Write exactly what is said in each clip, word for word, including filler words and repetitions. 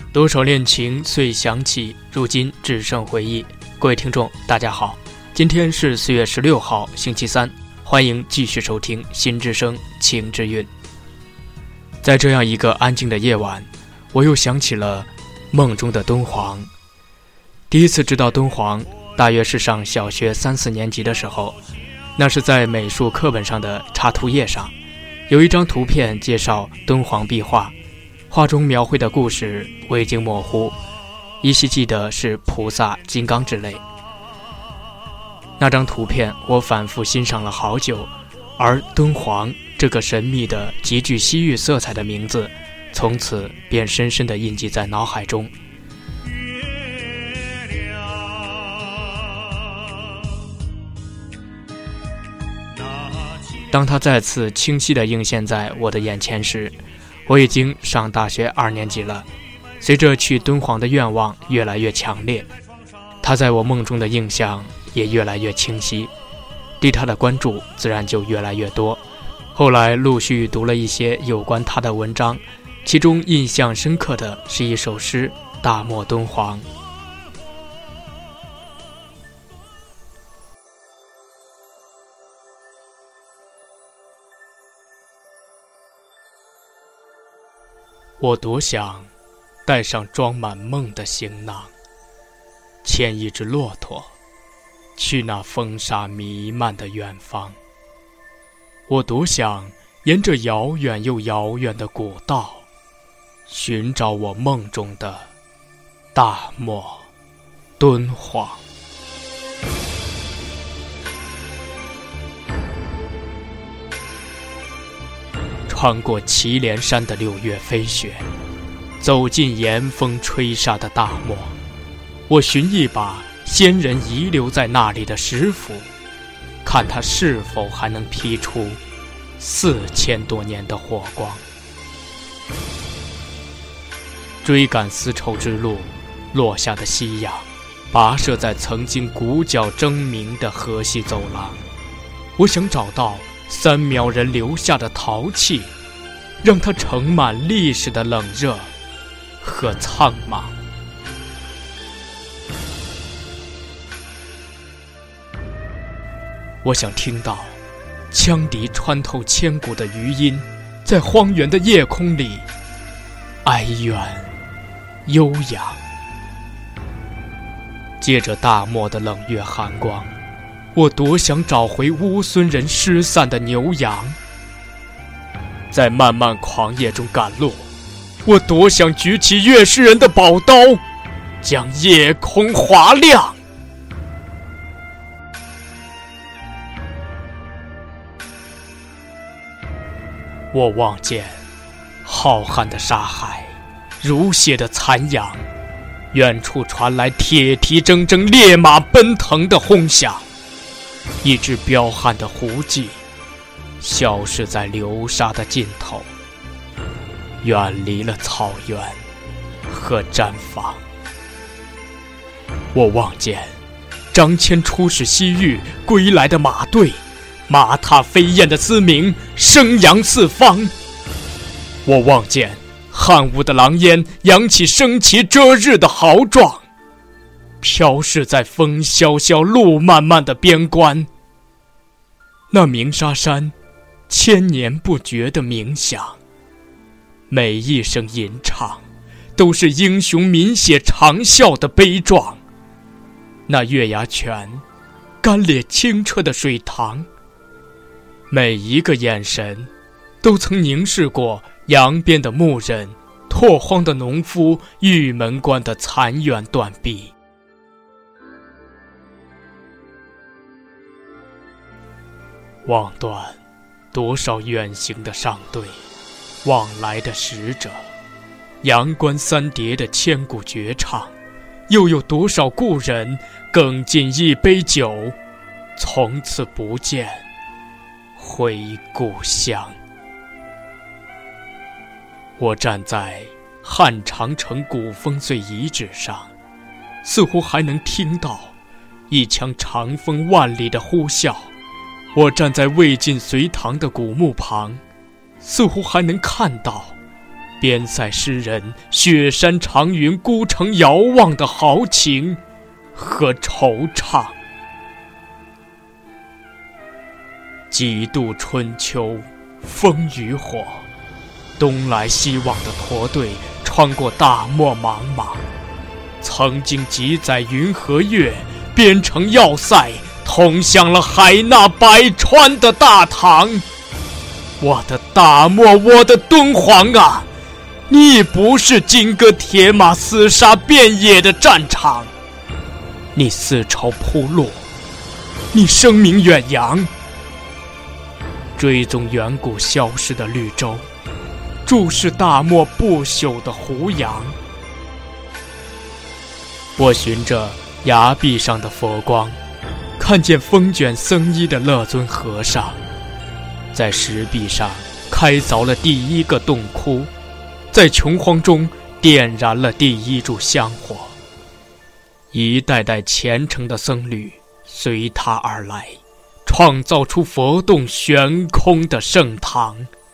多少恋情遂响起，如今只剩回忆。各位听众大家好，今天是四月十六号星期三，欢迎继续收听新之声情之韵。在这样一个安静的夜晚，我又想起了梦中的敦煌。第一次知道敦煌大约是上小学三四年级的时候，那是在美术课本上的插图页上，有一张图片介绍敦煌壁画，画中描绘的故事未经模糊，依稀记得是菩萨、金刚之类。那张图片我反复欣赏了好久，而敦煌这个神秘的极具西域色彩的名字从此便深深地印记在脑海中。当它再次清晰地映现在我的眼前时，我已经上大学二年级了。随着去敦煌的愿望越来越强烈，它在我梦中的印象也越来越清晰，对它的关注自然就越来越多。后来陆续读了一些有关它的文章，其中印象深刻的是一首诗《大漠敦煌》。我多想带上装满梦的行囊，牵一只骆驼去那风沙弥漫的远方。我多想沿着遥远又遥远的古道，寻找我梦中的大漠敦煌。穿过祁连山的六月飞雪，走进严风吹沙的大漠，我寻一把先人遗留在那里的石斧，看它是否还能劈出四千多年的火光。追赶丝绸之路落下的夕阳，跋涉在曾经鼓角争鸣的河西走廊，我想找到三苗人留下的陶器，让它盛满历史的冷热和苍茫。我想听到羌笛穿透千古的余音，在荒原的夜空里哀怨悠扬。借着大漠的冷月寒光，我多想找回乌孙人失散的牛羊。在漫漫狂野中赶路，我多想举起月氏人的宝刀，将夜空划亮。我望见浩瀚的沙海，如血的残阳，远处传来铁蹄铮铮、烈马奔腾的轰响，一只彪悍的胡骑消失在流沙的尽头，远离了草原和毡房。我望见张骞出使西域归来的马队，马踏飞燕的嘶鸣声扬四方。我望见汉武的狼烟扬起升旗遮日的豪壮，飘逝在风萧萧路漫漫的边关。那鸣沙山千年不绝的鸣响，每一声吟唱都是英雄民血长啸的悲壮。那月牙泉干裂清澈的水塘，每一个眼神都曾凝视过扬鞭的牧人、拓荒的农夫、玉门关的残垣断壁。望断多少远行的上队，往来的使者，阳关三叠的千古绝唱，又有多少故人更尽一杯酒，从此不见回故乡。我站在汉长城古风岁遗址上，似乎还能听到一腔长风万里的呼啸。我站在魏晋隋唐的古墓旁，似乎还能看到边塞诗人雪山长云孤城遥望的豪情和惆怅。几度春秋，风与火，东来西往的驼队穿过大漠茫茫，曾经几载云和月，编成要塞，通向了海纳百川的大唐。我的大漠，我的敦煌啊，你不是金戈铁马厮杀遍野的战场，你丝绸铺路，你声名远扬，追踪远古消失的绿洲，注视大漠不朽的胡杨。我循着崖壁上的佛光，看见风卷僧衣的勒尊和尚，在石壁上开凿了第一个洞窟，在穷荒中点燃了第一柱香火。一代代虔诚的僧侣随他而来，创造出佛洞悬空的圣堂。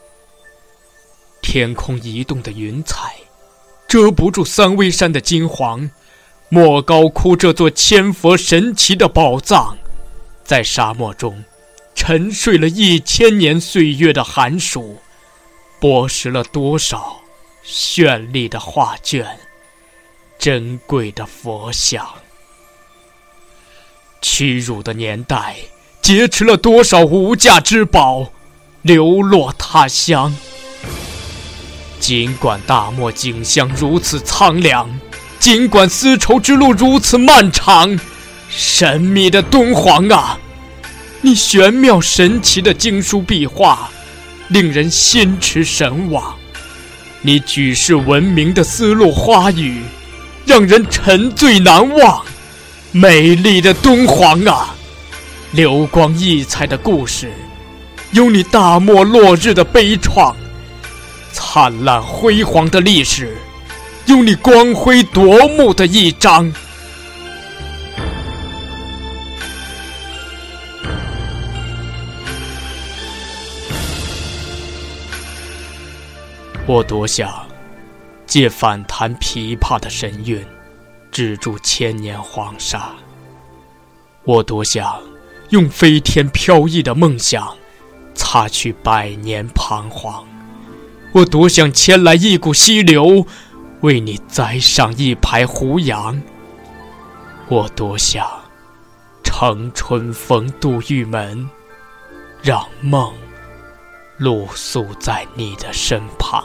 天空移动的云彩遮不住三危山的金黄，莫高窟这座千佛神奇的宝藏，在沙漠中沉睡了一千年岁月的寒暑，剥蚀了多少绚丽的画卷，珍贵的佛像。屈辱的年代劫持了多少无价之宝，流落他乡。尽管大漠景象如此苍凉，尽管丝绸之路如此漫长，神秘的敦煌啊，你玄妙神奇的经书壁画令人心驰神往，你举世闻名的丝路花语让人沉醉难忘。美丽的敦煌啊，流光溢彩的故事有你大漠落日的悲怆，灿烂辉煌的历史有你光辉夺目的一章。我多想借反弹琵琶的神韵止住千年黄沙，我多想用飞天飘逸的梦想擦去百年彷徨，我多想牵来一股溪流为你栽上一排胡杨，我多想乘春风渡玉门，让梦露宿在你的身旁。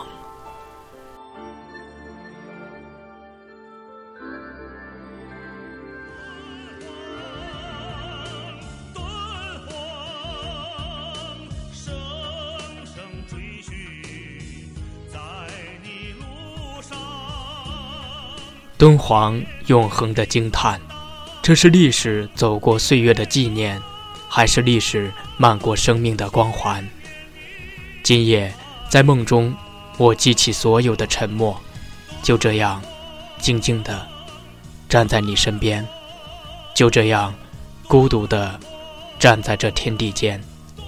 敦煌永恒的惊叹，这是历史走过岁月的纪念，还是历史漫过生命的光环？今夜在梦中，我记起所有的沉默，就这样静静地站在你身边，就这样孤独地站在这天地间。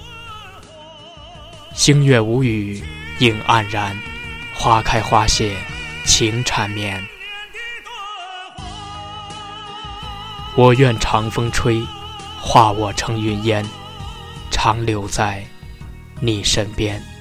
星月无语，影黯然，花开花谢，情缠绵。我愿长风吹，化我成云烟，常留在你身边。